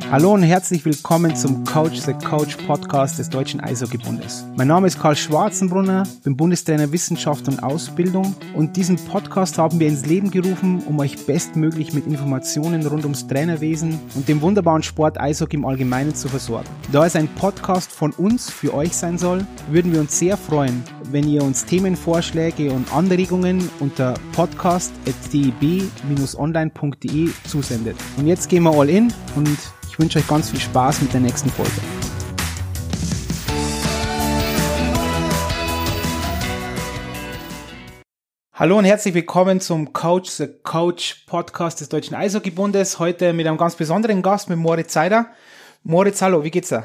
Hallo und herzlich willkommen zum Coach the Coach Podcast des Deutschen Eishockeybundes. Mein Name ist Karl Schwarzenbrunner, bin Bundestrainer Wissenschaft und Ausbildung und diesen Podcast haben wir ins Leben gerufen, um euch bestmöglich mit Informationen rund ums Trainerwesen und dem wunderbaren Sport Eishockey im Allgemeinen zu versorgen. Da es ein Podcast von uns für euch sein soll, würden wir uns sehr freuen, wenn ihr uns Themenvorschläge und Anregungen unter podcast@deb-online.de zusendet. Und jetzt gehen wir all in und ich wünsche euch ganz viel Spaß mit der nächsten Folge. Hallo und herzlich willkommen zum Coach the Coach Podcast des Deutschen Eishockeybundes. Heute mit einem ganz besonderen Gast, mit Moritz Seider. Moritz, hallo, wie geht's dir?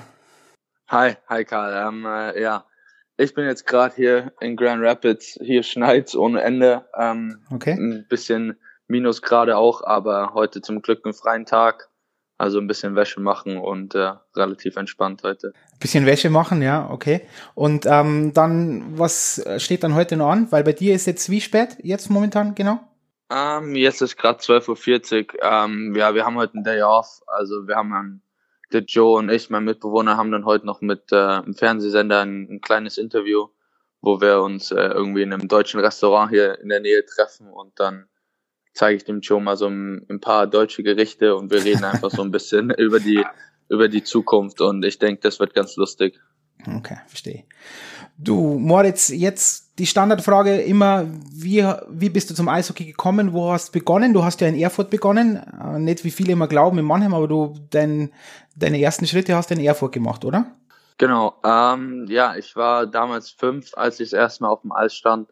Hi Karl. Ich bin jetzt gerade hier in Grand Rapids. Hier schneit's ohne Ende. Okay. Ein bisschen Minusgrade auch, aber heute zum Glück einen freien Tag. Also ein bisschen Wäsche machen und relativ entspannt heute. Bisschen Wäsche machen, ja, okay. Und dann, was steht dann heute noch an? Weil bei dir ist jetzt wie spät jetzt momentan, genau? Jetzt ist gerade 12:40 Uhr. Wir haben heute einen Day off. Also wir haben der Joe und ich, mein Mitbewohner, haben dann heute noch mit einem Fernsehsender ein kleines Interview, wo wir uns irgendwie in einem deutschen Restaurant hier in der Nähe treffen und dann zeige ich dem Joe mal so ein paar deutsche Gerichte und wir reden einfach so ein bisschen über die Zukunft und ich denke, das wird ganz lustig. Okay, verstehe. Du, Moritz, jetzt die Standardfrage immer, wie bist du zum Eishockey gekommen? Wo hast du begonnen? Du hast ja in Erfurt begonnen. Nicht wie viele immer glauben in Mannheim, aber du deine ersten Schritte hast du in Erfurt gemacht, oder? Genau. Ich war damals 5, als ich das erste Mal auf dem Eis stand.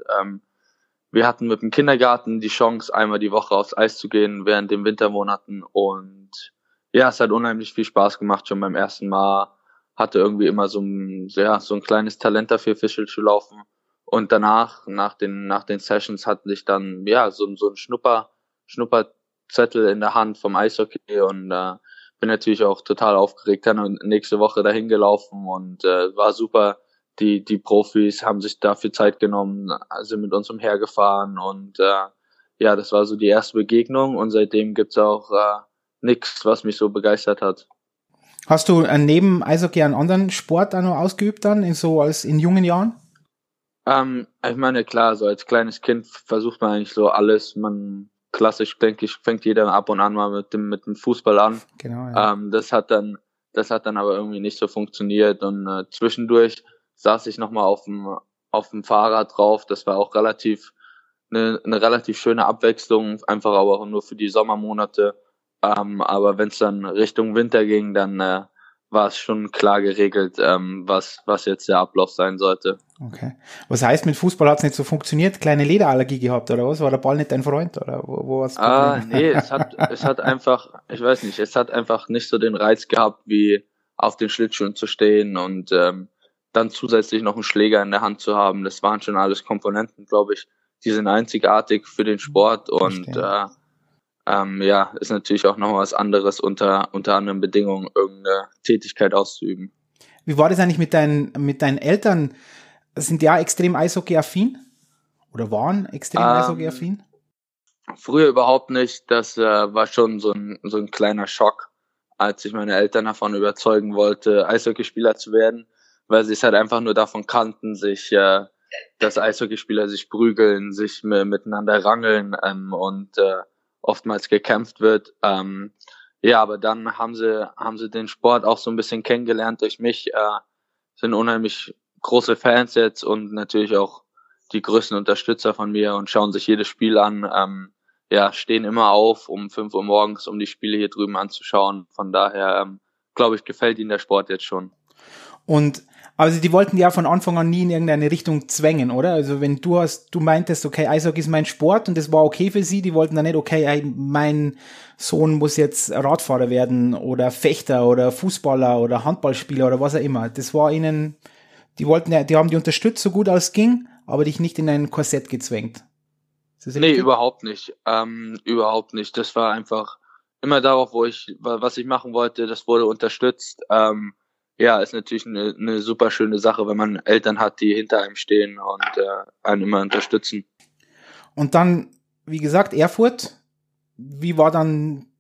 Wir hatten mit dem Kindergarten die Chance, einmal die Woche aufs Eis zu gehen während den Wintermonaten und ja, es hat unheimlich viel Spaß gemacht schon beim ersten Mal. Hatte irgendwie immer so ein kleines Talent dafür, Fischl-Laufen. Und danach, nach den Sessions, hatte ich dann, so ein Schnupperzettel in der Hand vom Eishockey und bin natürlich auch total aufgeregt. Dann nächste Woche dahin gelaufen und war super. Die Profis haben sich dafür Zeit genommen, sind mit uns umhergefahren und das war so die erste Begegnung und seitdem gibt's auch nichts, was mich so begeistert hat. Hast du neben Eishockey einen anderen Sport auch noch ausgeübt dann, in jungen Jahren? Ich meine, klar, so als kleines Kind versucht man eigentlich so alles. Klassisch, denke ich, fängt jeder ab und an mal mit dem Fußball an. Genau, ja. Das hat dann aber irgendwie nicht so funktioniert und zwischendurch saß ich nochmal auf dem Fahrrad drauf. Das war auch eine relativ schöne Abwechslung, einfach aber auch nur für die Sommermonate. Aber wenn es dann Richtung Winter ging, dann war es schon klar geregelt, was jetzt der Ablauf sein sollte. Okay. Was heißt, mit Fußball hat es nicht so funktioniert? Kleine Lederallergie gehabt oder was? War der Ball nicht dein Freund? Oder wo war's? Nee, es hat einfach, ich weiß nicht, es hat einfach nicht so den Reiz gehabt, wie auf den Schlittschuhen zu stehen und dann zusätzlich noch einen Schläger in der Hand zu haben. Das waren schon alles Komponenten, glaube ich, die sind einzigartig für den Sport und ist natürlich auch noch was anderes unter anderen Bedingungen irgendeine Tätigkeit auszuüben. Wie war das eigentlich mit deinen Eltern? Sind die ja extrem Eishockey-affin? Oder waren extrem Eishockey-affin? Früher überhaupt nicht. Das war schon so ein kleiner Schock, als ich meine Eltern davon überzeugen wollte, Eishockeyspieler zu werden, weil sie es halt einfach nur davon kannten, dass Eishockeyspieler sich prügeln, sich miteinander rangeln und oftmals gekämpft wird. Aber dann haben sie den Sport auch so ein bisschen kennengelernt durch mich, sind unheimlich große Fans jetzt und natürlich auch die größten Unterstützer von mir und schauen sich jedes Spiel an. Stehen immer auf um 5 Uhr morgens, um die Spiele hier drüben anzuschauen. Von daher, glaube ich, gefällt ihnen der Sport jetzt schon. Und also die wollten ja von Anfang an nie in irgendeine Richtung zwängen, oder? Also wenn du meintest, okay, Eishockey ist mein Sport und das war okay für sie, die wollten dann nicht, okay, mein Sohn muss jetzt Radfahrer werden oder Fechter oder Fußballer oder Handballspieler oder was auch immer. Das war ihnen, die haben die unterstützt, so gut als ging, aber dich nicht in ein Korsett gezwängt. Nee, überhaupt nicht. Überhaupt nicht. Das war einfach immer darauf, was ich machen wollte, das wurde unterstützt. Ist natürlich eine super schöne Sache, wenn man Eltern hat, die hinter einem stehen und einen immer unterstützen. Und dann, wie gesagt, Erfurt. Wie war dann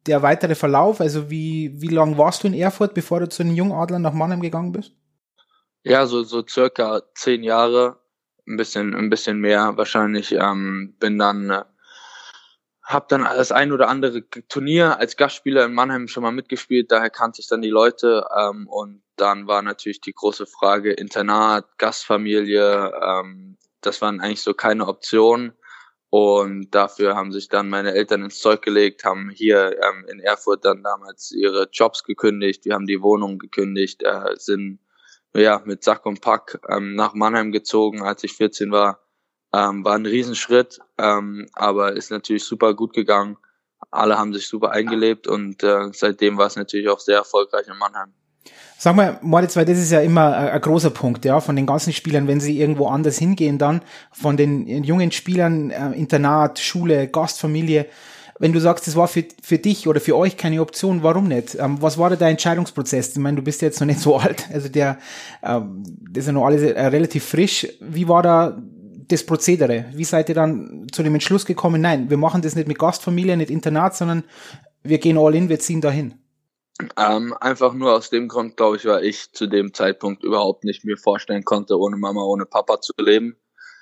der weitere Verlauf? Also wie lang warst du in Erfurt, bevor du zu den Jungadlern nach Mannheim gegangen bist? Ja, so circa 10 Jahre, ein bisschen mehr wahrscheinlich. Bin dann, hab dann das ein oder andere Turnier als Gastspieler in Mannheim schon mal mitgespielt, daher kannte ich dann die Leute. Und dann war natürlich die große Frage Internat, Gastfamilie. Das waren eigentlich so keine Optionen. Und dafür haben sich dann meine Eltern ins Zeug gelegt, haben hier in Erfurt dann damals ihre Jobs gekündigt, wir haben die Wohnung gekündigt, sind mit Sack und Pack nach Mannheim gezogen, als ich 14 war. War ein Riesenschritt, aber ist natürlich super gut gegangen. Alle haben sich super eingelebt und seitdem war es natürlich auch sehr erfolgreich in Mannheim. Sag mal, Moritz, weil das ist ja immer ein großer Punkt, ja, von den ganzen Spielern, wenn sie irgendwo anders hingehen, dann von den jungen Spielern, Internat, Schule, Gastfamilie. Wenn du sagst, das war für dich oder für euch keine Option, warum nicht? Was war da der Entscheidungsprozess? Ich meine, du bist jetzt noch nicht so alt, also das ist ja noch alles relativ frisch. Wie war da das Prozedere? Wie seid ihr dann zu dem Entschluss gekommen, nein, wir machen das nicht mit Gastfamilie, nicht Internat, sondern wir gehen all in, wir ziehen dahin? Einfach nur aus dem Grund, glaube ich, weil ich zu dem Zeitpunkt überhaupt nicht mir vorstellen konnte, ohne Mama, ohne Papa zu leben.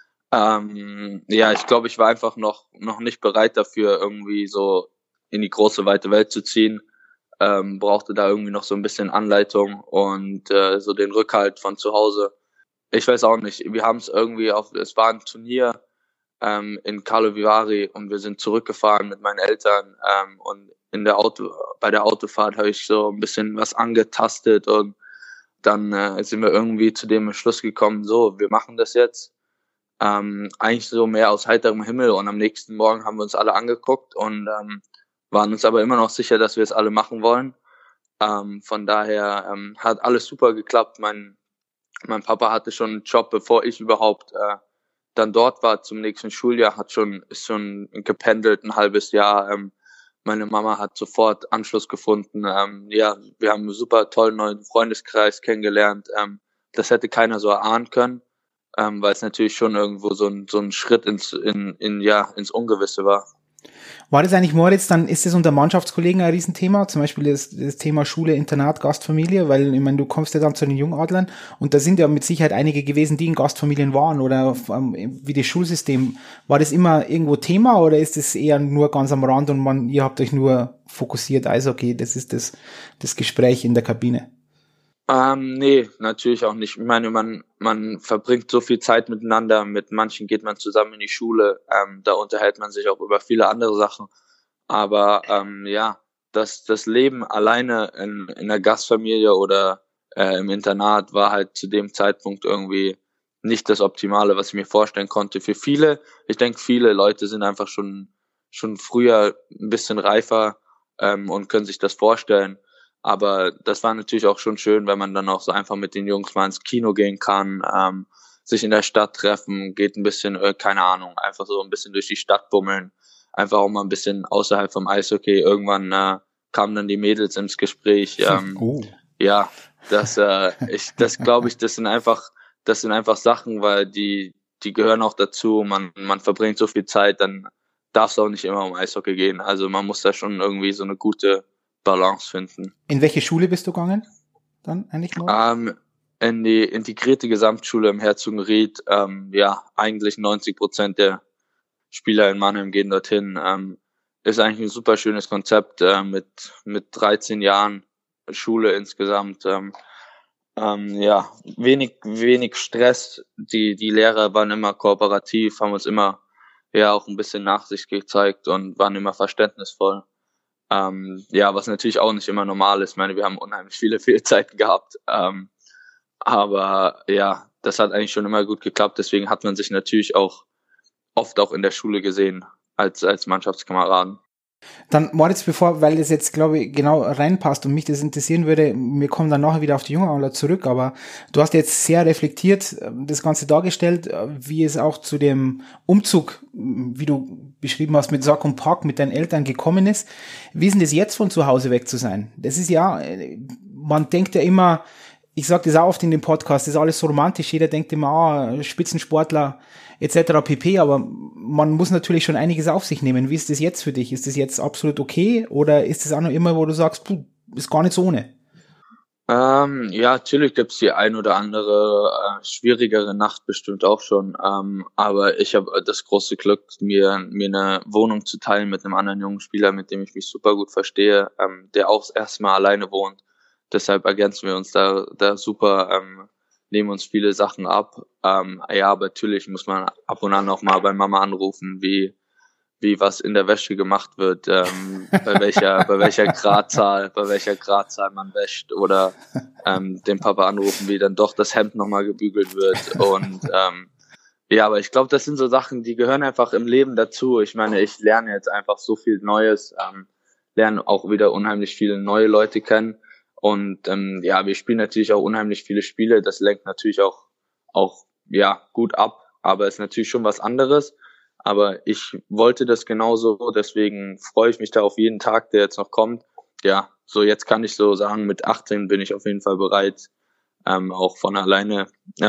Ich glaube, ich war einfach noch nicht bereit dafür, irgendwie so in die große, weite Welt zu ziehen. Brauchte da irgendwie noch so ein bisschen Anleitung und so den Rückhalt von zu Hause. Ich weiß auch nicht, wir haben es irgendwie es war ein Turnier in Carlo Vivari und wir sind zurückgefahren mit meinen Eltern und bei der Autofahrt habe ich so ein bisschen was angetastet und dann sind wir irgendwie zu dem Entschluss gekommen, so, wir machen das jetzt. Eigentlich so mehr aus heiterem Himmel und am nächsten Morgen haben wir uns alle angeguckt und waren uns aber immer noch sicher, dass wir es alle machen wollen. Von daher hat alles super geklappt. Mein Papa hatte schon einen Job, bevor ich überhaupt dann dort war zum nächsten Schuljahr, ist schon gependelt ein halbes Jahr. Meine Mama hat sofort Anschluss gefunden. Wir haben einen super tollen neuen Freundeskreis kennengelernt. Das hätte keiner so erahnen können, weil es natürlich schon irgendwo so ein Schritt ins Ungewisse war. War das eigentlich, Moritz, dann ist das unter Mannschaftskollegen ein Riesenthema, zum Beispiel das Thema Schule, Internat, Gastfamilie, weil ich meine, du kommst ja dann zu den Jungadlern und da sind ja mit Sicherheit einige gewesen, die in Gastfamilien waren oder wie das Schulsystem. War das immer irgendwo Thema oder ist das eher nur ganz am Rand und ihr habt euch nur fokussiert, Eishockey, das ist das Gespräch in der Kabine? Nee, natürlich auch nicht. Ich meine, man verbringt so viel Zeit miteinander, mit manchen geht man zusammen in die Schule, da unterhält man sich auch über viele andere Sachen. Aber das Leben alleine in der Gastfamilie oder im Internat war halt zu dem Zeitpunkt irgendwie nicht das Optimale, was ich mir vorstellen konnte. Für viele, ich denke, viele Leute sind einfach schon früher ein bisschen reifer und können sich das vorstellen. Aber das war natürlich auch schon schön, wenn man dann auch so einfach mit den Jungs mal ins Kino gehen kann, sich in der Stadt treffen, geht ein bisschen, keine Ahnung, einfach so ein bisschen durch die Stadt bummeln, einfach auch mal ein bisschen außerhalb vom Eishockey. Irgendwann kamen dann die Mädels ins Gespräch. Ja, das glaube ich, das sind einfach Sachen, weil die gehören auch dazu. Man verbringt so viel Zeit, dann darf es auch nicht immer um Eishockey gehen. Also man muss da schon irgendwie so eine gute Balance finden. In welche Schule bist du gegangen? Dann eigentlich nur? In die integrierte Gesamtschule im Herzogenried. Eigentlich 90% der Spieler in Mannheim gehen dorthin. Ist eigentlich ein super schönes Konzept mit 13 Jahren Schule insgesamt. Wenig Stress. Die Lehrer waren immer kooperativ, haben uns immer auch ein bisschen Nachsicht gezeigt und waren immer verständnisvoll. Was natürlich auch nicht immer normal ist. Ich meine, wir haben unheimlich viele Fehlzeiten gehabt. Aber das hat eigentlich schon immer gut geklappt. Deswegen hat man sich natürlich auch oft auch in der Schule gesehen als Mannschaftskameraden. Dann, Moritz, weil das jetzt, glaube ich, genau reinpasst und mich das interessieren würde, wir kommen dann nachher wieder auf die Jungadler zurück, aber du hast jetzt sehr reflektiert das Ganze dargestellt, wie es auch zu dem Umzug, wie du beschrieben hast, mit Sack und Pack mit deinen Eltern gekommen ist. Wie ist denn das jetzt von zu Hause weg zu sein? Das ist man denkt ja immer, ich sage das auch oft in dem Podcast, das ist alles so romantisch, jeder denkt immer, Spitzensportler etc. pp, aber man muss natürlich schon einiges auf sich nehmen. Wie ist das jetzt für dich? Ist das jetzt absolut okay oder ist das auch noch immer, wo du sagst, ist gar nicht so ohne? Ja, natürlich gibt's die ein oder andere schwierigere Nacht bestimmt auch schon. Aber ich habe das große Glück, mir eine Wohnung zu teilen mit einem anderen jungen Spieler, mit dem ich mich super gut verstehe, der auch erstmal alleine wohnt. Deshalb ergänzen wir uns da super, nehmen uns viele Sachen ab. Ja, aber natürlich muss man ab und an auch mal bei Mama anrufen, wie was in der Wäsche gemacht wird, bei welcher Gradzahl man wäscht oder den Papa anrufen, wie dann doch das Hemd nochmal gebügelt wird. Und ja, aber ich glaube, das sind so Sachen, die gehören einfach im Leben dazu. Ich meine, ich lerne jetzt einfach so viel Neues, lerne auch wieder unheimlich viele neue Leute kennen. Und ja, wir spielen natürlich auch unheimlich viele Spiele. Das lenkt natürlich auch ja gut ab, aber ist natürlich schon was anderes. Aber ich wollte das genauso, deswegen freue ich mich da auf jeden Tag, der jetzt noch kommt. Ja, so jetzt kann ich so sagen, mit 18 bin ich auf jeden Fall bereit, auch alleine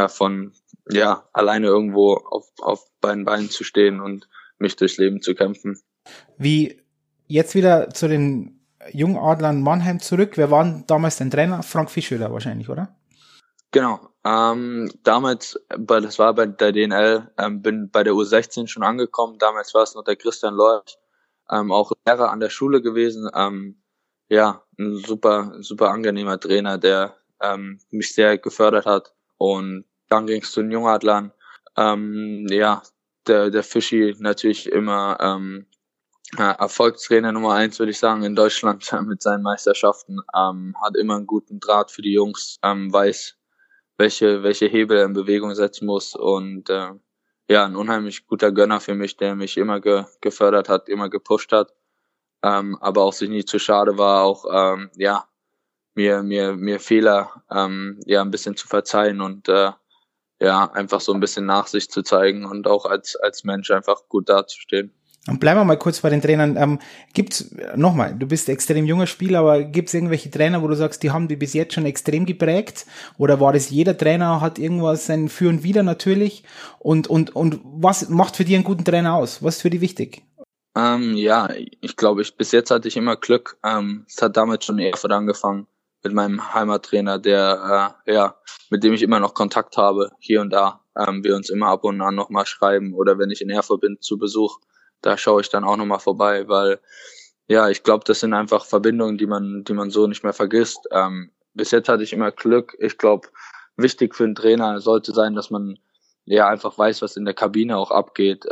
irgendwo auf beiden Beinen zu stehen und mich durchs Leben zu kämpfen. Wie jetzt wieder zu den Jungadlern Mannheim zurück. Wer war denn damals dein Trainer? Frank Fischöder wahrscheinlich, oder? Genau. Damals, das war bei der DNL, bin bei der U16 schon angekommen. Damals war es noch der Christian Leuch, auch Lehrer an der Schule gewesen. Ja, ein super angenehmer Trainer, der mich sehr gefördert hat. Und dann ging es zu den Jungadlern. Ja, der Fischi natürlich immer Erfolgstrainer Nummer 1, würde ich sagen, in Deutschland mit seinen Meisterschaften. Hat immer einen guten Draht für die Jungs, weiß, welche Hebel er in Bewegung setzen muss und ja, ein unheimlich guter Gönner für mich, der mich immer gefördert hat, immer gepusht hat, aber auch sich nie zu schade war, auch ja, mir Fehler ja ein bisschen zu verzeihen und ja, einfach so ein bisschen Nachsicht zu zeigen und auch als Mensch einfach gut dazustehen. Und bleiben wir mal kurz bei den Trainern. Gibt's, nochmal, du bist extrem junger Spieler, aber gibt's irgendwelche Trainer, wo du sagst, die haben die bis jetzt schon extrem geprägt? Oder war das jeder Trainer, hat irgendwas sein Für und Wider natürlich? Und was macht für dich einen guten Trainer aus? Was ist für dich wichtig? Ja, ich glaube, bis jetzt hatte ich immer Glück. Es hat damals schon in Erfurt angefangen mit meinem Heimattrainer, der ja, mit dem ich immer noch Kontakt habe, hier und da. Wir uns immer ab und an nochmal schreiben oder wenn ich in Erfurt bin zu Besuch, da schaue ich dann auch nochmal vorbei, weil ja, ich glaube, das sind einfach Verbindungen, die man so nicht mehr vergisst. Bis jetzt hatte ich immer Glück. Ich glaube, wichtig für einen Trainer sollte sein, dass man ja einfach weiß, was in der Kabine auch abgeht,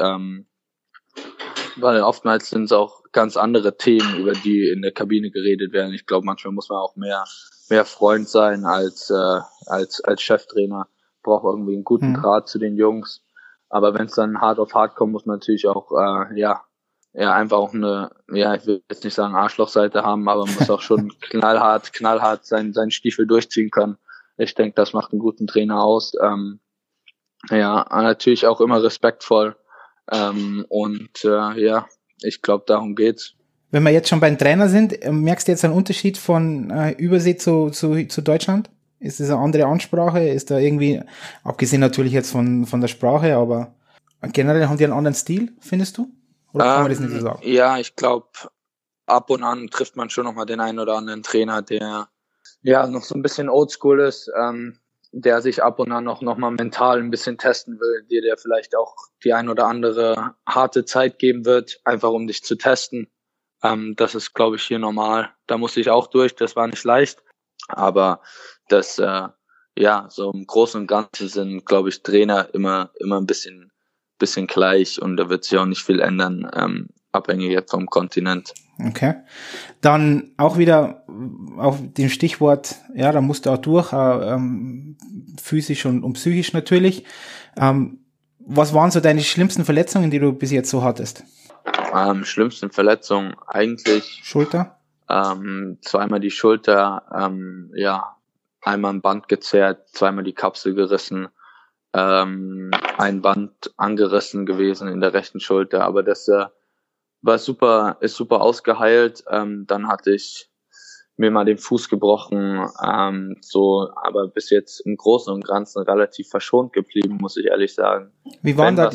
weil oftmals sind es auch ganz andere Themen, über die in der Kabine geredet werden. Ich glaube, manchmal muss man auch mehr Freund sein als Cheftrainer. Braucht irgendwie einen guten Draht zu den Jungs. Aber wenn es dann hart auf hart kommt, muss man natürlich auch ja einfach auch eine, ja, ich will jetzt nicht sagen Arschlochseite haben, aber man muss auch schon knallhart seinen Stiefel durchziehen können. Ich denke, das macht einen guten Trainer aus. Ja, natürlich auch immer respektvoll. Und ja, ich glaube, darum geht's. Wenn wir jetzt schon beim Trainer sind, merkst du jetzt einen Unterschied von Übersee zu Deutschland? Ist das eine andere Ansprache? Ist da irgendwie, abgesehen natürlich jetzt von der Sprache, aber generell haben die einen anderen Stil, findest du? Oder kann man das nicht so sagen? Ja, ich glaube, ab und an trifft man schon nochmal den einen oder anderen Trainer, der ja noch so ein bisschen oldschool ist, der sich ab und an noch mal mental ein bisschen testen will, der vielleicht auch die ein oder andere harte Zeit geben wird, einfach um dich zu testen. Das ist, glaube ich, hier normal. Da musste ich auch durch, das war nicht leicht. Aber das, ja, so im Großen und Ganzen sind, glaube ich, Trainer immer ein bisschen gleich und da wird sich auch nicht viel ändern, abhängig jetzt vom Kontinent. Okay. Dann auch wieder auf dem Stichwort, ja, da musst du auch durch, physisch und psychisch natürlich. Was waren so deine schlimmsten Verletzungen, die du bis jetzt so hattest? Schlimmsten Verletzungen eigentlich Schulter? Zweimal die Schulter, ja, einmal ein Band gezerrt, zweimal die Kapsel gerissen, ein Band angerissen gewesen in der rechten Schulter, aber das ist super ausgeheilt. Dann hatte ich mir mal den Fuß gebrochen, so, aber bis jetzt im Großen und Ganzen relativ verschont geblieben, muss ich ehrlich sagen. Wie waren da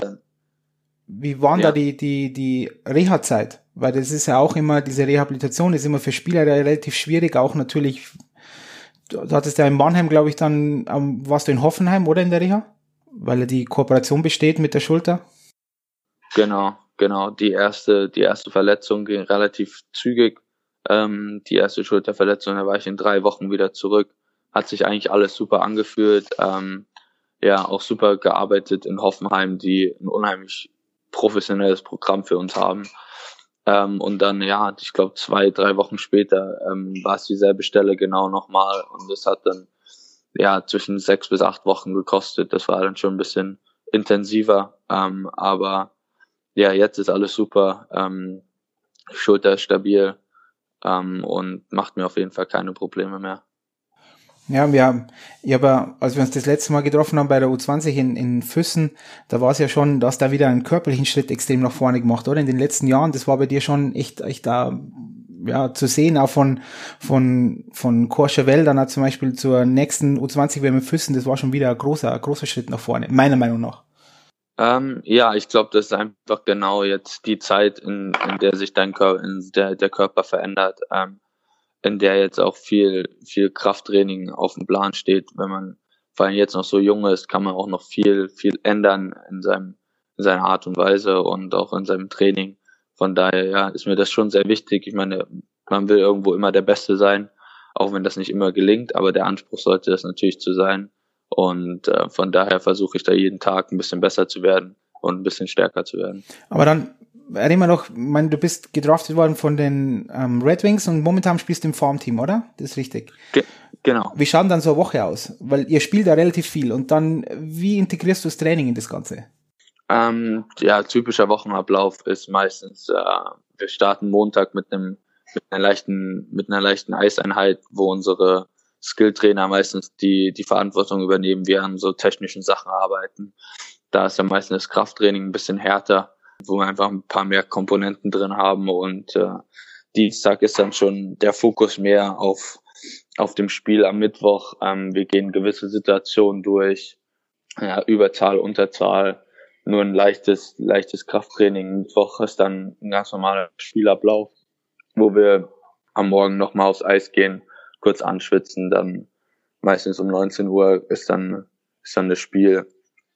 Ja. die Reha-Zeit? Weil das ist ja auch immer, diese Rehabilitation ist immer für Spieler relativ schwierig, auch natürlich, du hattest ja in Mannheim, glaube ich, dann, warst du in Hoffenheim oder in der Reha? Weil ja die Kooperation besteht mit der Schulter. Genau. Die erste Verletzung ging relativ zügig. Die erste Schulterverletzung, da war ich in 3 Wochen wieder zurück. Hat sich eigentlich alles super angefühlt. Auch super gearbeitet in Hoffenheim, die ein unheimlich professionelles Programm für uns haben. Und dann, ich glaube 2-3 Wochen später war es dieselbe Stelle genau nochmal. Und das hat dann zwischen 6 bis 8 Wochen gekostet. Das war dann schon ein bisschen intensiver. Aber jetzt ist alles super. Schulter ist stabil und macht mir auf jeden Fall keine Probleme mehr. Ja, als wir uns das letzte Mal getroffen haben bei der U20 in Füssen, da war es ja schon, da hast du da wieder einen körperlichen Schritt extrem nach vorne gemacht, oder? In den letzten Jahren, das war bei dir schon echt da, zu sehen, auch von Courchevel dann auch zum Beispiel zur nächsten U20-WM in Füssen, das war schon wieder ein großer Schritt nach vorne, meiner Meinung nach. Ich glaube, das ist einfach genau jetzt die Zeit, in der sich der Körper verändert, in der jetzt auch viel Krafttraining auf dem Plan steht. Wenn man vor allem jetzt noch so jung ist, kann man auch noch viel ändern in seiner Art und Weise und auch in seinem Training. Von daher, ist mir das schon sehr wichtig. Ich meine, man will irgendwo immer der Beste sein, auch wenn das nicht immer gelingt, aber der Anspruch sollte das natürlich zu sein. Und von daher versuche ich da jeden Tag ein bisschen besser zu werden und ein bisschen stärker zu werden. Aber dann erinnere mich noch, du bist gedraftet worden von den Red Wings und momentan spielst du im Farmteam, oder? Das ist richtig. Genau. Wie schaut dann so eine Woche aus? Weil ihr spielt da relativ viel und dann, wie integrierst du das Training in das Ganze? Typischer Wochenablauf ist meistens, wir starten Montag mit einer leichten Eiseinheit, wo unsere Skilltrainer meistens die Verantwortung übernehmen, wir an so technischen Sachen arbeiten. Da ist ja meistens das Krafttraining ein bisschen härter, wo wir einfach ein paar mehr Komponenten drin haben und Dienstag ist dann schon der Fokus mehr auf dem Spiel am Mittwoch. Wir gehen gewisse Situationen durch, Überzahl, Unterzahl, nur ein leichtes Krafttraining. Mittwoch ist dann ein ganz normaler Spielablauf, wo wir am Morgen nochmal aufs Eis gehen, kurz anschwitzen, dann meistens um 19 Uhr ist dann das Spiel.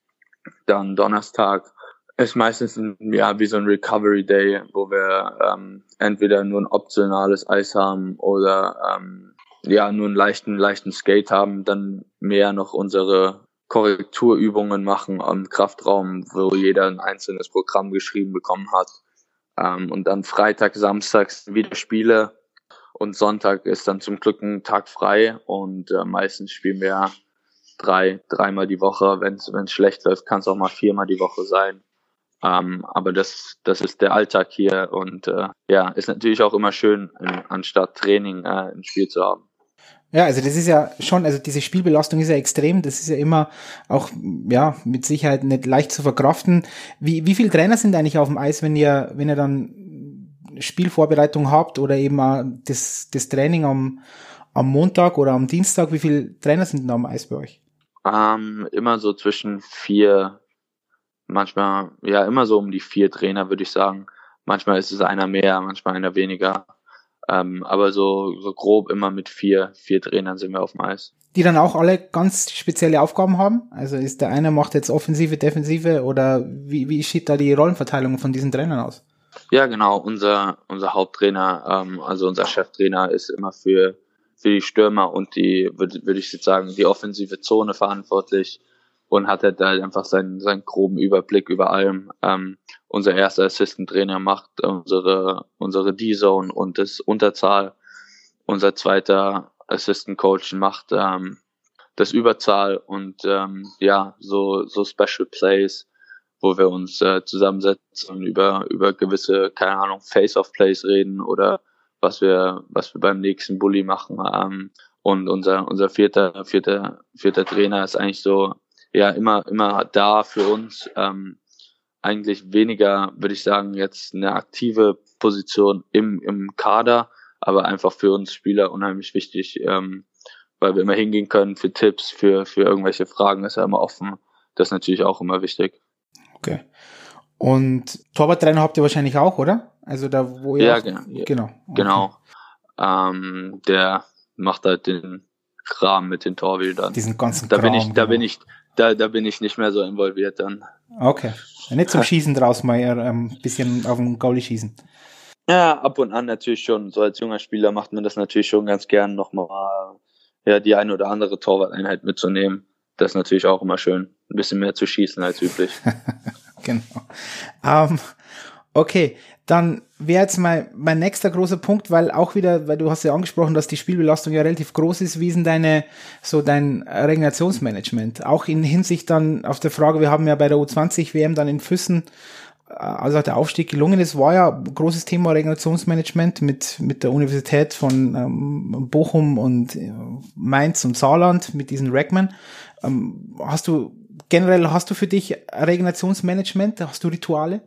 Dann Donnerstag ist meistens wie so ein Recovery Day, wo wir entweder nur ein optionales Eis haben oder nur einen leichten Skate haben, dann mehr noch unsere Korrekturübungen machen am Kraftraum, wo jeder ein einzelnes Programm geschrieben bekommen hat. Und dann Freitag, Samstags wieder Spiele und Sonntag ist dann zum Glück ein Tag frei und meistens spielen wir dreimal die Woche. Wenn es schlecht läuft, kann es auch mal 4-mal die Woche sein. Aber das ist der Alltag hier und ist natürlich auch immer schön, anstatt Training ein Spiel zu haben. Ja, also das ist ja schon, also diese Spielbelastung ist ja extrem, das ist ja immer auch, mit Sicherheit nicht leicht zu verkraften. Wie viele Trainer sind eigentlich auf dem Eis, wenn ihr dann Spielvorbereitung habt oder eben das Training am Montag oder am Dienstag, wie viele Trainer sind denn da am Eis bei euch? Immer so zwischen 4, manchmal, immer so um die 4 Trainer, würde ich sagen. Manchmal ist es einer mehr, manchmal einer weniger. Aber so grob immer mit 4 Trainern sind wir auf dem Eis. Die dann auch alle ganz spezielle Aufgaben haben? Also ist der eine macht jetzt Offensive, Defensive oder wie sieht da die Rollenverteilung von diesen Trainern aus? Ja, genau. Unser Haupttrainer, also unser Cheftrainer ist immer für die Stürmer und die, würde ich jetzt sagen, die offensive Zone verantwortlich und hat halt einfach seinen groben Überblick über allem. Unser erster Assistant-Trainer macht unsere D-Zone und das Unterzahl. Unser zweiter Assistant-Coach macht das Überzahl und so Special Plays, wo wir uns zusammensetzen und über gewisse, keine Ahnung, Face-Off-Plays reden oder was wir beim nächsten Bully machen. Und unser vierter Trainer ist eigentlich so, immer da für uns. Eigentlich weniger, würde ich sagen, jetzt eine aktive Position im Kader, aber einfach für uns Spieler unheimlich wichtig, weil wir immer hingehen können für Tipps, für irgendwelche Fragen ist er immer offen. Das ist natürlich auch immer wichtig. Okay. Und Torwarttrainer habt ihr wahrscheinlich auch, oder? Also da, wo ihr... Ja, auch, genau. Okay. Genau. Der macht halt den Kram mit den Torhütern. Diesen ganzen Da Kram, bin ich nicht mehr so involviert dann. Okay. Nicht zum Schießen draus mal ein bisschen auf den Goalie schießen. Ja, ab und an natürlich schon. So als junger Spieler macht man das natürlich schon ganz gern nochmal, die eine oder andere Torwarteinheit mitzunehmen. Das ist natürlich auch immer schön, ein bisschen mehr zu schießen als üblich. Genau. Okay, dann wäre jetzt mein nächster großer Punkt, weil du hast ja angesprochen, dass die Spielbelastung ja relativ groß ist. Wie ist denn dein Regenerationsmanagement? Auch in Hinsicht dann auf der Frage, wir haben ja bei der U20 WM dann in Füssen, also der Aufstieg gelungen ist, war ja ein großes Thema Regenerationsmanagement mit der Universität von Bochum und Mainz und Saarland mit diesen Ragman. Hast du für dich Regenerationsmanagement? Hast du Rituale?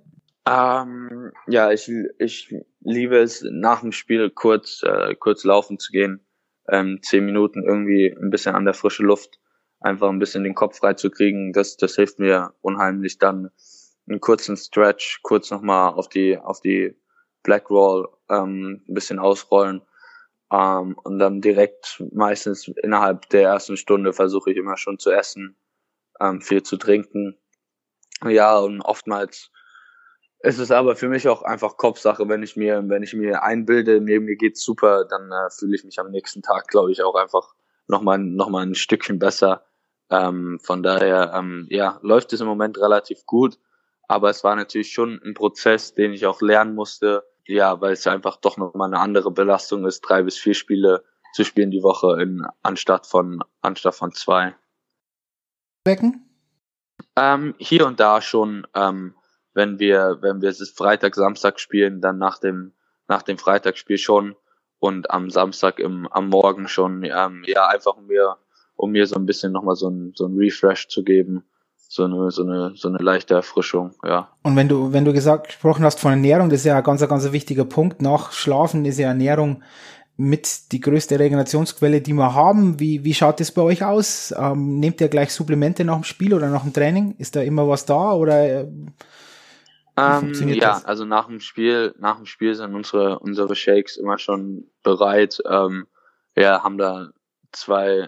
Ich liebe es, nach dem Spiel kurz laufen zu gehen, 10 Minuten irgendwie ein bisschen an der frischen Luft, einfach ein bisschen den Kopf frei zu kriegen. Das hilft mir unheimlich. Dann einen kurzen Stretch, kurz nochmal auf die Black Roll, ein bisschen ausrollen, und dann direkt meistens innerhalb der ersten Stunde versuche ich immer schon zu essen, viel zu trinken. Ja, und oftmals ist es aber für mich auch einfach Kopfsache, wenn ich mir einbilde, mir geht's super, dann fühle ich mich am nächsten Tag, glaube ich, auch einfach nochmal ein Stückchen besser. Von daher, läuft es im Moment relativ gut, aber es war natürlich schon ein Prozess, den ich auch lernen musste, weil es einfach doch nochmal eine andere Belastung ist, 3 bis 4 Spiele zu spielen die Woche anstatt von 2. Becken? Hier und da schon, wenn wir Freitag, Samstag spielen, dann nach dem Freitagsspiel schon und am Samstag am Morgen schon, einfach um mir so ein bisschen nochmal so ein Refresh zu geben, so eine leichte Erfrischung, ja. Und wenn du gesprochen hast von Ernährung, das ist ja ein ganz wichtiger Punkt. Nach Schlafen ist ja Ernährung mit die größte Regenerationsquelle, die wir haben. Wie schaut das bei euch aus? Nehmt ihr gleich Supplemente nach dem Spiel oder nach dem Training? Ist da immer was da oder funktioniert das? Also nach dem Spiel sind unsere Shakes immer schon bereit. Haben da zwei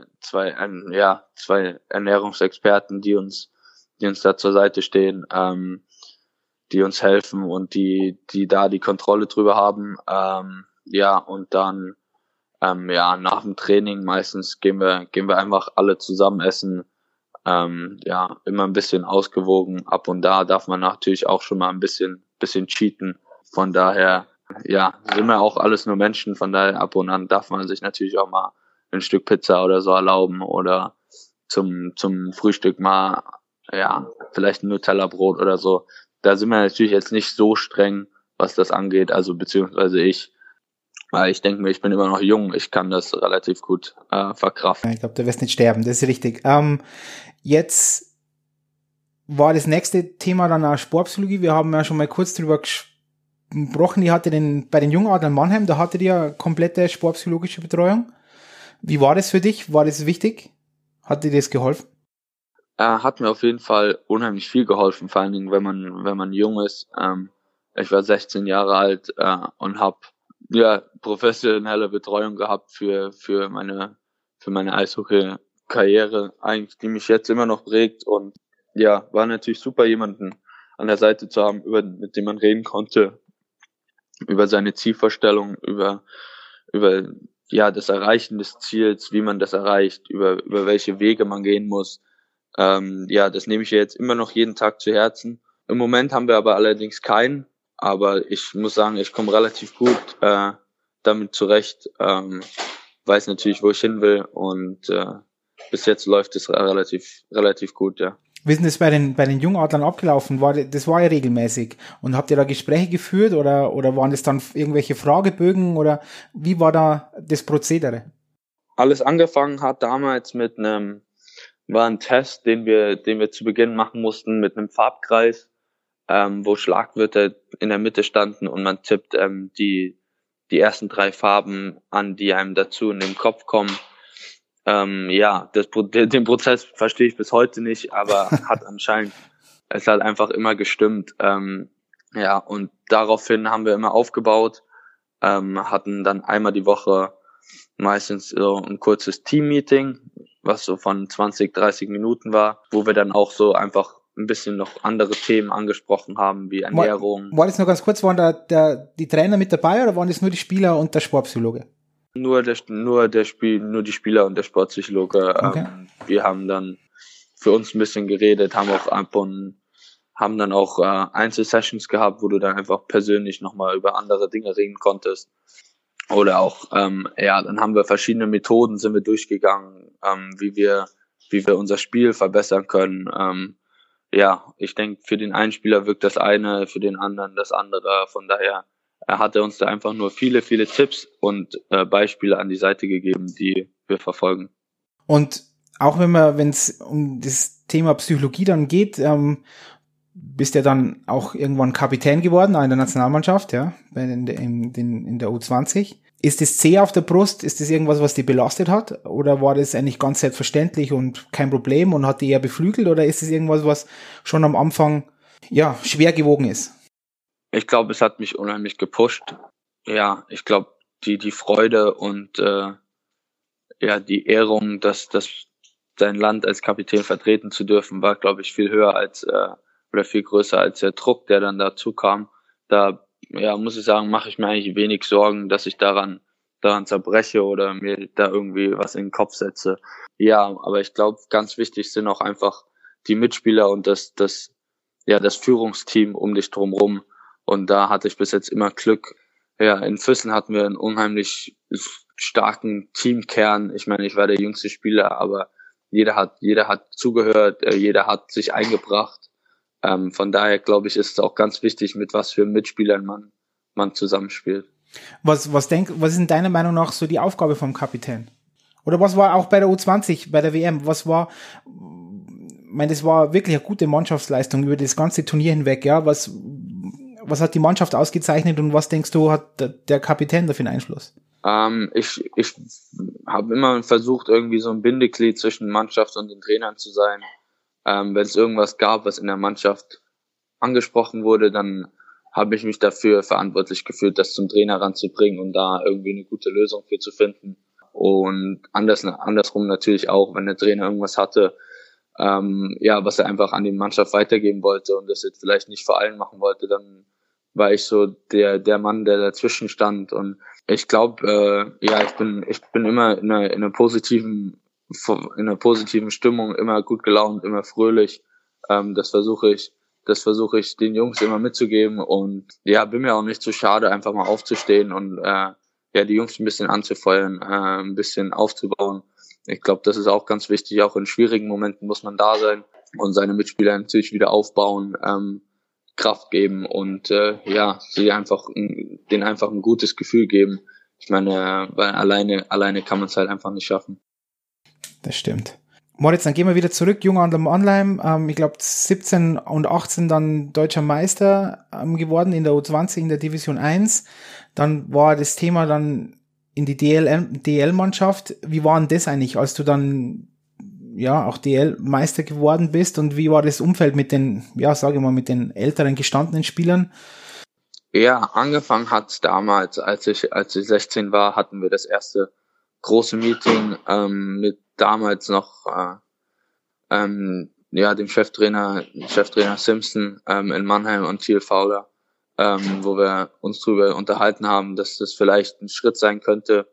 Ernährungsexperten, die uns da zur Seite stehen, die uns helfen und die da die Kontrolle drüber haben. Und dann nach dem Training meistens gehen wir einfach alle zusammen essen. Immer ein bisschen ausgewogen. Ab und da darf man natürlich auch schon mal ein bisschen cheaten. Von daher, sind wir auch alles nur Menschen. Von daher ab und an darf man sich natürlich auch mal ein Stück Pizza oder so erlauben oder zum Frühstück mal, vielleicht ein Nutella-Brot oder so. Da sind wir natürlich jetzt nicht so streng, was das angeht. Also beziehungsweise weil ich denke mir, ich bin immer noch jung, ich kann das relativ gut verkraften. Ich glaube, du wirst nicht sterben, das ist richtig. Jetzt war das nächste Thema dann auch Sportpsychologie. Wir haben ja schon mal kurz drüber gesprochen. Die hatte bei den Jungadlern Mannheim, da hatte die ja komplette sportpsychologische Betreuung. Wie war das für dich? War das wichtig? Hat dir das geholfen? Hat mir auf jeden Fall unheimlich viel geholfen, vor allen Dingen, wenn man jung ist. Ich war 16 Jahre alt und habe professionelle Betreuung gehabt für meine Eishockey-Karriere, eigentlich, die mich jetzt immer noch prägt, und war natürlich super, jemanden an der Seite zu haben, mit dem man reden konnte, über seine Zielvorstellung, über das Erreichen des Ziels, wie man das erreicht, über welche Wege man gehen muss. Das nehme ich jetzt immer noch jeden Tag zu Herzen. Im Moment haben wir aber allerdings keinen, aber ich muss sagen, ich komme relativ gut damit zurecht, weiß natürlich, wo ich hin will, und bis jetzt läuft es relativ gut, ja. Wie ist denn das bei den Jungadlern abgelaufen? Das war ja regelmäßig. Und habt ihr da Gespräche geführt oder waren das dann irgendwelche Fragebögen oder wie war da das Prozedere? Alles angefangen hat damals war ein Test, den wir zu Beginn machen mussten mit einem Farbkreis, wo Schlagwörter in der Mitte standen und man tippt die die ersten 3 Farben an, die einem dazu in den Kopf kommen. Den Prozess verstehe ich bis heute nicht, aber es hat einfach immer gestimmt. Und daraufhin haben wir immer aufgebaut, hatten dann einmal die Woche meistens so ein kurzes Team-Meeting, was so von 20, 30 Minuten war, wo wir dann auch so einfach ein bisschen noch andere Themen angesprochen haben, wie Ernährung. War das noch ganz kurz, waren die Trainer mit dabei oder waren das nur die Spieler und der Sportpsychologe? Nur die Spieler und der Sportpsychologe. Okay. Wir haben dann für uns ein bisschen geredet, haben dann auch Einzelsessions gehabt, wo du dann einfach persönlich nochmal über andere Dinge reden konntest. Oder auch, dann haben wir verschiedene Methoden, sind wir durchgegangen, wie wir unser Spiel verbessern können. Ich denke, für den einen Spieler wirkt das eine, für den anderen das andere. Von daher hat er uns da einfach nur viele, viele Tipps und Beispiele an die Seite gegeben, die wir verfolgen. Und auch wenn es um das Thema Psychologie dann geht, bist ja dann auch irgendwann Kapitän geworden in der Nationalmannschaft, ja, in der U20. Ist das C auf der Brust, ist das irgendwas, was dich belastet hat? Oder war das eigentlich ganz selbstverständlich und kein Problem und hat dich eher beflügelt? Oder ist es irgendwas, was schon am Anfang, schwer gewogen ist? Ich glaube, es hat mich unheimlich gepusht. Ja, ich glaube, die Freude und die Ehrung, dass sein Land als Kapitän vertreten zu dürfen, war, glaube ich, viel höher oder viel größer als der Druck, der dann dazu kam. Da, muss ich sagen, mache ich mir eigentlich wenig Sorgen, dass ich daran zerbreche oder mir da irgendwie was in den Kopf setze. Ja, aber ich glaube, ganz wichtig sind auch einfach die Mitspieler und das Führungsteam um dich drumherum. Und da hatte ich bis jetzt immer Glück. Ja, in Füssen hatten wir einen unheimlich starken Teamkern. Ich meine, ich war der jüngste Spieler, aber jeder hat zugehört, jeder hat sich eingebracht. Von daher glaube ich, ist es auch ganz wichtig, mit was für Mitspielern man zusammenspielt. Was ist in deiner Meinung nach so die Aufgabe vom Kapitän? Oder was war auch bei der U20, bei der WM, das war wirklich eine gute Mannschaftsleistung über das ganze Turnier hinweg, ja? Was hat die Mannschaft ausgezeichnet und was denkst du, hat der Kapitän dafür einen Einfluss? Ich habe immer versucht, irgendwie so ein Bindeglied zwischen Mannschaft und den Trainern zu sein. Wenn es irgendwas gab, was in der Mannschaft angesprochen wurde, dann habe ich mich dafür verantwortlich gefühlt, das zum Trainer ranzubringen und da irgendwie eine gute Lösung für zu finden. Und andersrum natürlich auch, wenn der Trainer irgendwas hatte, was er einfach an die Mannschaft weitergeben wollte und das jetzt vielleicht nicht vor allen machen wollte, dann war ich so der Mann, der dazwischen stand. Und ich glaube, ich bin immer in einer positiven Stimmung, immer gut gelaunt, immer fröhlich. Das versuche ich den Jungs immer mitzugeben und bin mir auch nicht zu schade, einfach mal aufzustehen und die Jungs ein bisschen anzufeuern, ein bisschen aufzubauen. Ich glaube, das ist auch ganz wichtig. Auch in schwierigen Momenten muss man da sein und seine Mitspieler natürlich wieder aufbauen, Kraft geben und denen einfach ein gutes Gefühl geben. Ich meine, weil alleine kann man es halt einfach nicht schaffen. Das stimmt. Moritz, dann gehen wir wieder zurück. Jungadler Mannheim, ich glaube 17 und 18 dann deutscher Meister geworden in der U20 in der Division 1. Dann war das Thema dann in die DL-Mannschaft. Wie war denn das eigentlich, als du dann auch DL-Meister geworden bist und wie war das Umfeld mit den, mit den älteren gestandenen Spielern? Ja, angefangen hat's damals, als ich 16 war, hatten wir das erste große Meeting mit damals noch dem Cheftrainer Simpson in Mannheim und Thiel Fowler, wo wir uns darüber unterhalten haben, dass das vielleicht ein Schritt sein könnte,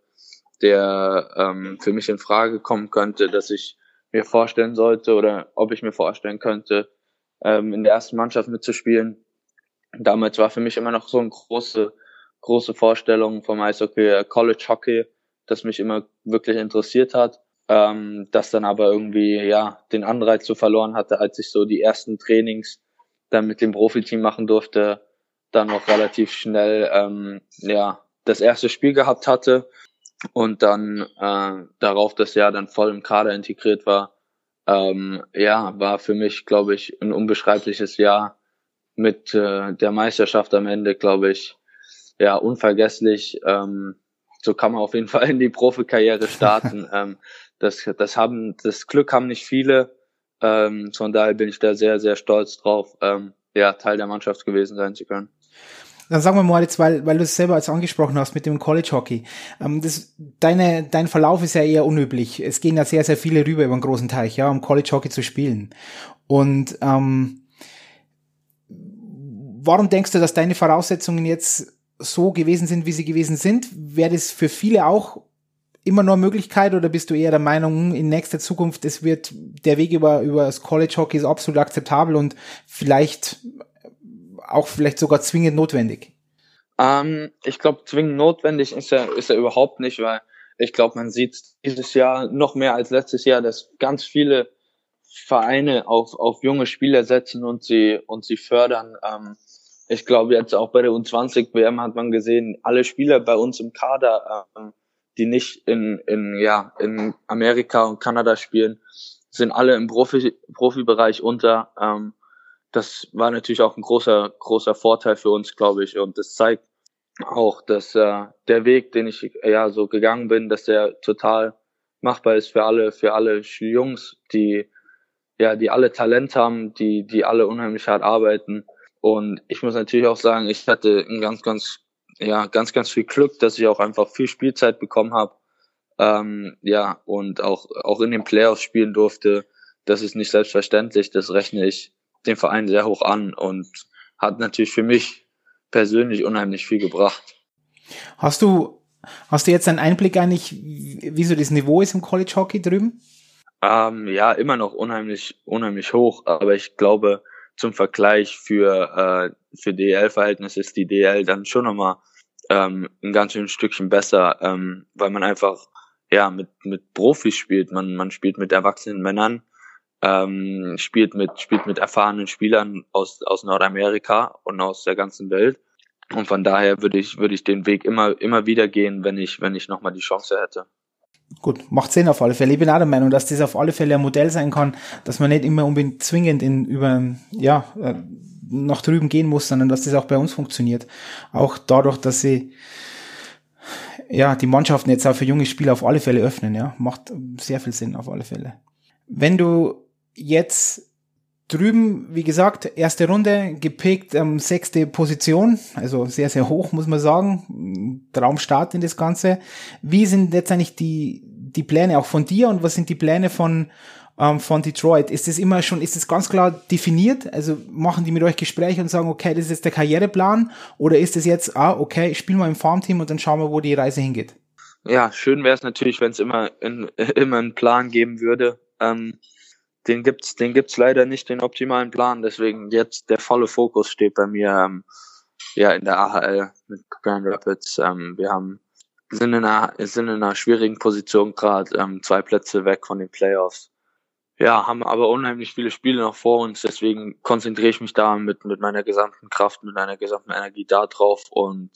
der für mich in Frage kommen könnte, dass ich mir vorstellen sollte oder ob ich mir vorstellen könnte, in der ersten Mannschaft mitzuspielen. Damals war für mich immer noch so eine große Vorstellung vom Eishockey, College Hockey, das mich immer wirklich interessiert hat, das dann aber irgendwie den Anreiz so verloren hatte, als ich so die ersten Trainings dann mit dem Profiteam machen durfte, dann auch relativ schnell das erste Spiel gehabt hatte und dann darauf das Jahr dann voll im Kader integriert war, war für mich, glaube ich, ein unbeschreibliches Jahr mit der Meisterschaft am Ende, glaube ich, ja, unvergesslich. So kann man auf jeden Fall in die Profikarriere starten. Das Glück haben nicht viele. Von daher bin ich da sehr, sehr stolz drauf, ja, Teil der Mannschaft gewesen sein zu können. Dann sagen wir mal jetzt, weil du es selber jetzt angesprochen hast mit dem College Hockey. Dein Verlauf ist ja eher unüblich. Es gehen ja sehr, sehr viele rüber über einen großen Teich, ja, um College Hockey zu spielen. Und warum denkst du, dass deine Voraussetzungen jetzt so gewesen sind, wie sie gewesen sind? Wäre das für viele auch immer noch eine Möglichkeit, oder bist du eher der Meinung, in nächster Zukunft, der Weg über das College Hockey ist absolut akzeptabel und vielleicht sogar zwingend notwendig? Ich glaube, zwingend notwendig ist er überhaupt nicht, weil ich glaube, man sieht dieses Jahr noch mehr als letztes Jahr, dass ganz viele Vereine auf junge Spieler setzen und sie fördern. Ich glaube, jetzt auch bei der U20 WM hat man gesehen, alle Spieler bei uns im Kader, die nicht in Amerika und Kanada spielen, sind alle im Profibereich unter. Das war natürlich auch ein großer Vorteil für uns, glaube ich. Und das zeigt auch, dass der Weg, den ich so gegangen bin, dass der total machbar ist für alle Jungs, die alle Talent haben, die alle unheimlich hart arbeiten. Und ich muss natürlich auch sagen, ich hatte ein ganz viel Glück, dass ich auch einfach viel Spielzeit bekommen habe. Und auch in den Playoffs spielen durfte. Das ist nicht selbstverständlich. Das rechne ich den Verein sehr hoch an und hat natürlich für mich persönlich unheimlich viel gebracht. Hast du jetzt einen Einblick eigentlich, wie so das Niveau ist im College Hockey drüben? Immer noch unheimlich hoch, aber ich glaube, zum Vergleich für DEL-Verhältnisse ist die DEL dann schon nochmal ein ganz schönes Stückchen besser, weil man einfach mit Profis spielt. Man spielt mit erwachsenen Männern, spielt mit erfahrenen Spielern aus Nordamerika und aus der ganzen Welt. Und von daher würde ich den Weg immer wieder gehen, wenn ich nochmal die Chance hätte. Gut, macht Sinn auf alle Fälle. Ich bin auch der Meinung, dass das auf alle Fälle ein Modell sein kann, dass man nicht immer unbedingt zwingend nach drüben gehen muss, sondern dass das auch bei uns funktioniert. Auch dadurch, dass sie die Mannschaften jetzt auch für junge Spieler auf alle Fälle öffnen, ja, macht sehr viel Sinn auf alle Fälle. Wenn du jetzt drüben, wie gesagt, erste Runde gepickt, 6. Position, also sehr, sehr hoch, muss man sagen. Traumstart in das Ganze. Wie sind jetzt eigentlich die Pläne auch von dir und was sind die Pläne von Detroit? Ist das ganz klar definiert? Also machen die mit euch Gespräche und sagen, okay, das ist jetzt der Karriereplan? Oder ist es jetzt, okay, spielen wir im Farmteam und dann schauen wir, wo die Reise hingeht? Ja, schön wäre es natürlich, wenn es immer einen Plan geben würde. Den gibt's leider nicht, den optimalen Plan. Deswegen jetzt der volle Fokus steht bei mir in der AHL mit Grand Rapids. Wir sind in einer schwierigen Position gerade, 2 Plätze weg von den Playoffs. Ja, haben aber unheimlich viele Spiele noch vor uns. Deswegen konzentriere ich mich da mit meiner gesamten Kraft, mit meiner gesamten Energie da drauf. Und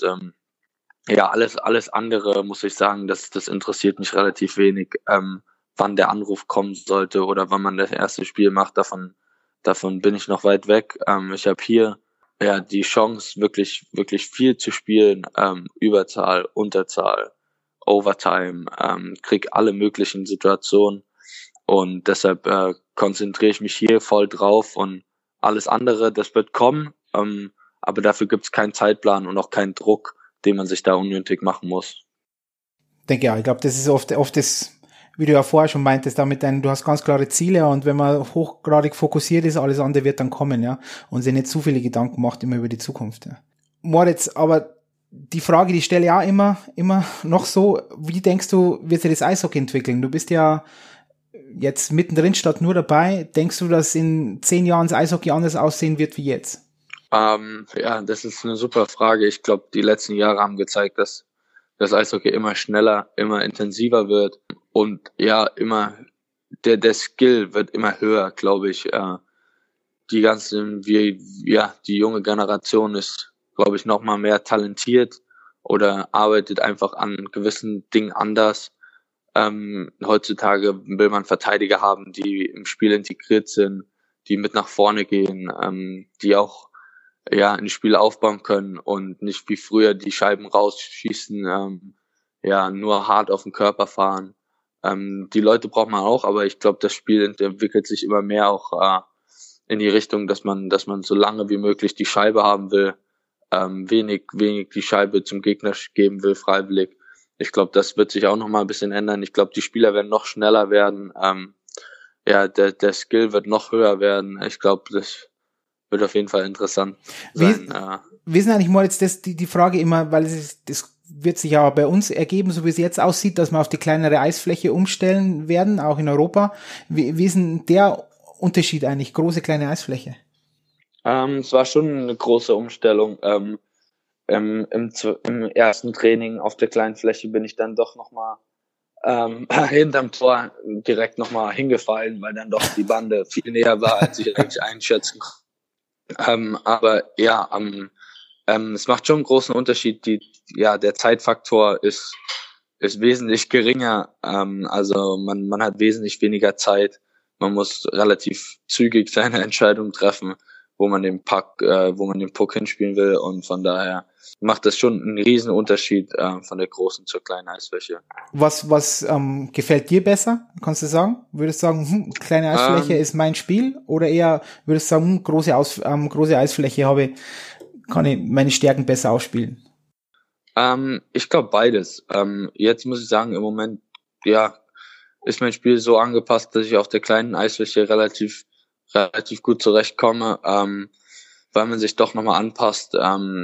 alles andere, muss ich sagen, das interessiert mich relativ wenig. Wann der Anruf kommen sollte oder wann man das erste Spiel macht, davon bin ich noch weit weg. Ich habe hier die Chance, wirklich, wirklich viel zu spielen, Überzahl, Unterzahl, Overtime, krieg alle möglichen Situationen und deshalb konzentriere ich mich hier voll drauf und alles andere, das wird kommen, aber dafür gibt's keinen Zeitplan und auch keinen Druck, den man sich da unnötig machen muss. Denke ja, ich glaube, das ist oft das, wie du ja vorher schon meintest, du hast ganz klare Ziele und wenn man hochgradig fokussiert ist, alles andere wird dann kommen, ja, und sich nicht zu viele Gedanken macht immer über die Zukunft, ja. Moritz, aber die Frage, die stelle ich auch immer noch so, wie denkst du, wird sich das Eishockey entwickeln? Du bist ja jetzt mittendrin statt nur dabei. Denkst du, dass in 10 Jahren das Eishockey anders aussehen wird wie jetzt? Das ist eine super Frage. Ich glaube, die letzten Jahre haben gezeigt, dass das Eishockey immer schneller, immer intensiver wird und immer der Skill wird immer höher, glaube ich. Die junge Generation ist, glaube ich, noch mal mehr talentiert oder arbeitet einfach an gewissen Dingen anders. Heutzutage will man Verteidiger haben, die im Spiel integriert sind, die mit nach vorne gehen, die auch ja, ein Spiel aufbauen können und nicht wie früher die Scheiben rausschießen, ja, nur hart auf den Körper fahren. Die Leute braucht man auch, aber ich glaube, das Spiel entwickelt sich immer mehr auch in die Richtung, dass man so lange wie möglich die Scheibe haben will, wenig die Scheibe zum Gegner geben will, freiwillig. Ich glaube, das wird sich auch noch mal ein bisschen ändern. Ich glaube, die Spieler werden noch schneller werden. Ja, der Skill wird noch höher werden. Ich glaube, das wird auf jeden Fall interessant sein. Wie ist denn eigentlich, Moritz, die Frage immer, weil das wird sich ja bei uns ergeben, so wie es jetzt aussieht, dass wir auf die kleinere Eisfläche umstellen werden, auch in Europa. Wie ist denn der Unterschied eigentlich, große, kleine Eisfläche? Es war schon eine große Umstellung. Im ersten Training auf der kleinen Fläche bin ich dann doch nochmal hinterm Tor direkt nochmal hingefallen, weil dann doch die Bande viel näher war, als ich eigentlich einschätzen konnte. Aber ja, es macht schon einen großen Unterschied. Der Zeitfaktor ist wesentlich geringer. Also man hat wesentlich weniger Zeit. Man muss relativ zügig seine Entscheidung treffen, wo man den Puck hinspielen will, und von daher macht das schon einen riesen Unterschied von der großen zur kleinen Eisfläche. Was gefällt dir besser? Kannst du sagen? Würdest du sagen, kleine Eisfläche ist mein Spiel, oder eher würdest du sagen, große Eisfläche kann ich meine Stärken besser ausspielen? Ich glaube beides. Jetzt muss ich sagen, im Moment ist mein Spiel so angepasst, dass ich auf der kleinen Eisfläche relativ gut zurechtkomme, weil man sich doch nochmal anpasst.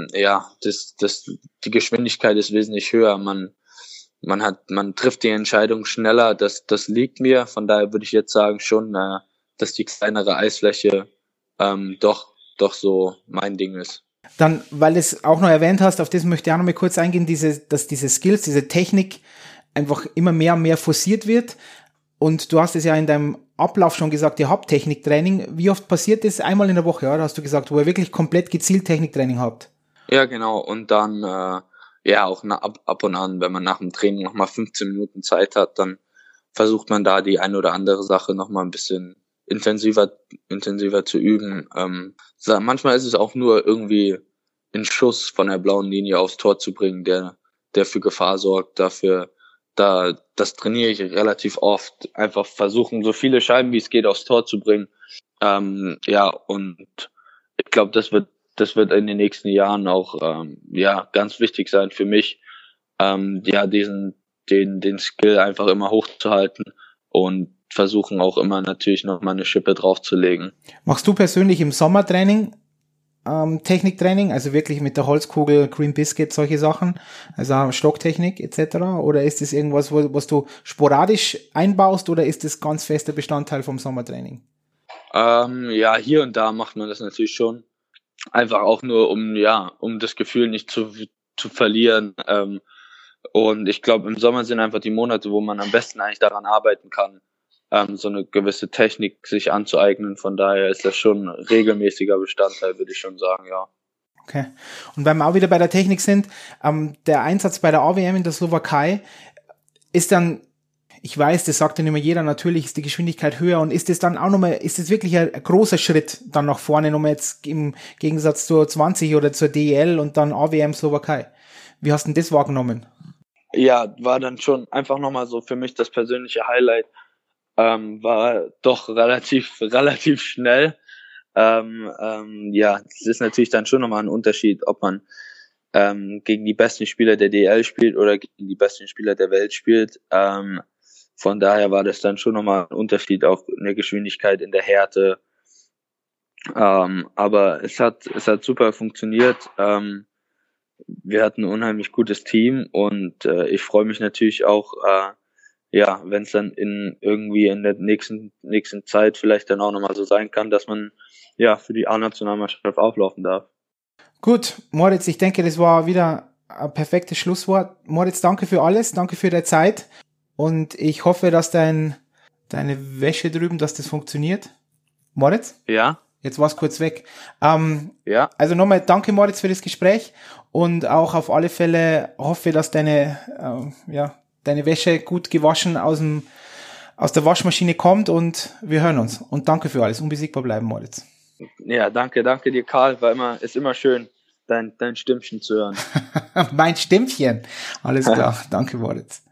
Die Geschwindigkeit ist wesentlich höher. Man trifft die Entscheidung schneller. Das liegt mir. Von daher würde ich jetzt sagen schon, dass die kleinere Eisfläche doch so mein Ding ist. Dann, weil du es auch noch erwähnt hast, auf das möchte ich auch noch mal kurz eingehen, dass diese Skills, diese Technik einfach immer mehr und mehr forciert wird. Und du hast es ja in deinem Ablauf schon gesagt, ihr habt Techniktraining. Wie oft passiert das? Einmal in der Woche, ja? Da hast du gesagt, wo ihr wirklich komplett gezielt Techniktraining habt. Ja, genau. Und dann auch ab und an, wenn man nach dem Training nochmal 15 Minuten Zeit hat, dann versucht man da die ein oder andere Sache nochmal ein bisschen intensiver zu üben. Manchmal ist es auch nur irgendwie einen Schuss von der blauen Linie aufs Tor zu bringen, der für Gefahr sorgt. Das trainiere ich relativ oft. Einfach versuchen, so viele Scheiben wie es geht aufs Tor zu bringen. Und ich glaube, das wird in den nächsten Jahren auch ganz wichtig sein für mich. Den Skill einfach immer hochzuhalten und versuchen auch immer natürlich noch mal eine Schippe draufzulegen. Machst du persönlich im Sommertraining Techniktraining, also wirklich mit der Holzkugel, Green Biscuit, solche Sachen, also Stocktechnik etc.? Oder ist das irgendwas, was du sporadisch einbaust, oder ist das ganz fester Bestandteil vom Sommertraining? Hier und da macht man das natürlich schon. Einfach auch nur, um das Gefühl nicht zu verlieren. Und ich glaube, im Sommer sind einfach die Monate, wo man am besten eigentlich daran arbeiten kann, so eine gewisse Technik sich anzueignen. Von daher ist das schon ein regelmäßiger Bestandteil, würde ich schon sagen, ja. Okay. Und weil wir auch wieder bei der Technik sind, der Einsatz bei der AWM in der Slowakei ist dann, ich weiß, das sagt ja nicht mehr jeder, natürlich ist die Geschwindigkeit höher, und ist das dann auch nochmal, ist das wirklich ein großer Schritt dann nach vorne, nochmal jetzt im Gegensatz zur 20 oder zur DEL und dann AWM Slowakei? Wie hast du denn das wahrgenommen? Ja, war dann schon einfach nochmal so für mich das persönliche Highlight. War doch relativ schnell. Es ist natürlich dann schon nochmal ein Unterschied, ob man gegen die besten Spieler der DL spielt oder gegen die besten Spieler der Welt spielt. Von daher war das dann schon nochmal ein Unterschied, auch in der Geschwindigkeit, in der Härte. Aber es hat super funktioniert. Wir hatten ein unheimlich gutes Team, und ich freue mich natürlich auch, wenn es dann irgendwie in der nächsten Zeit vielleicht dann auch nochmal so sein kann, dass man für die A-Nationalmannschaft auflaufen darf. Gut, Moritz, ich denke, das war wieder ein perfektes Schlusswort. Moritz, danke für alles, danke für deine Zeit, und ich hoffe, dass deine Wäsche drüben, dass das funktioniert. Moritz? Ja. Jetzt war es kurz weg. Also nochmal danke, Moritz, für das Gespräch, und auch auf alle Fälle hoffe, dass deine Wäsche gut gewaschen aus der Waschmaschine kommt, und wir hören uns. Und danke für alles. Unbesiegbar bleiben, Moritz. Ja, danke dir, Karl. Ist immer schön, dein Stimmchen zu hören. Mein Stimmchen. Alles klar. Danke, Moritz.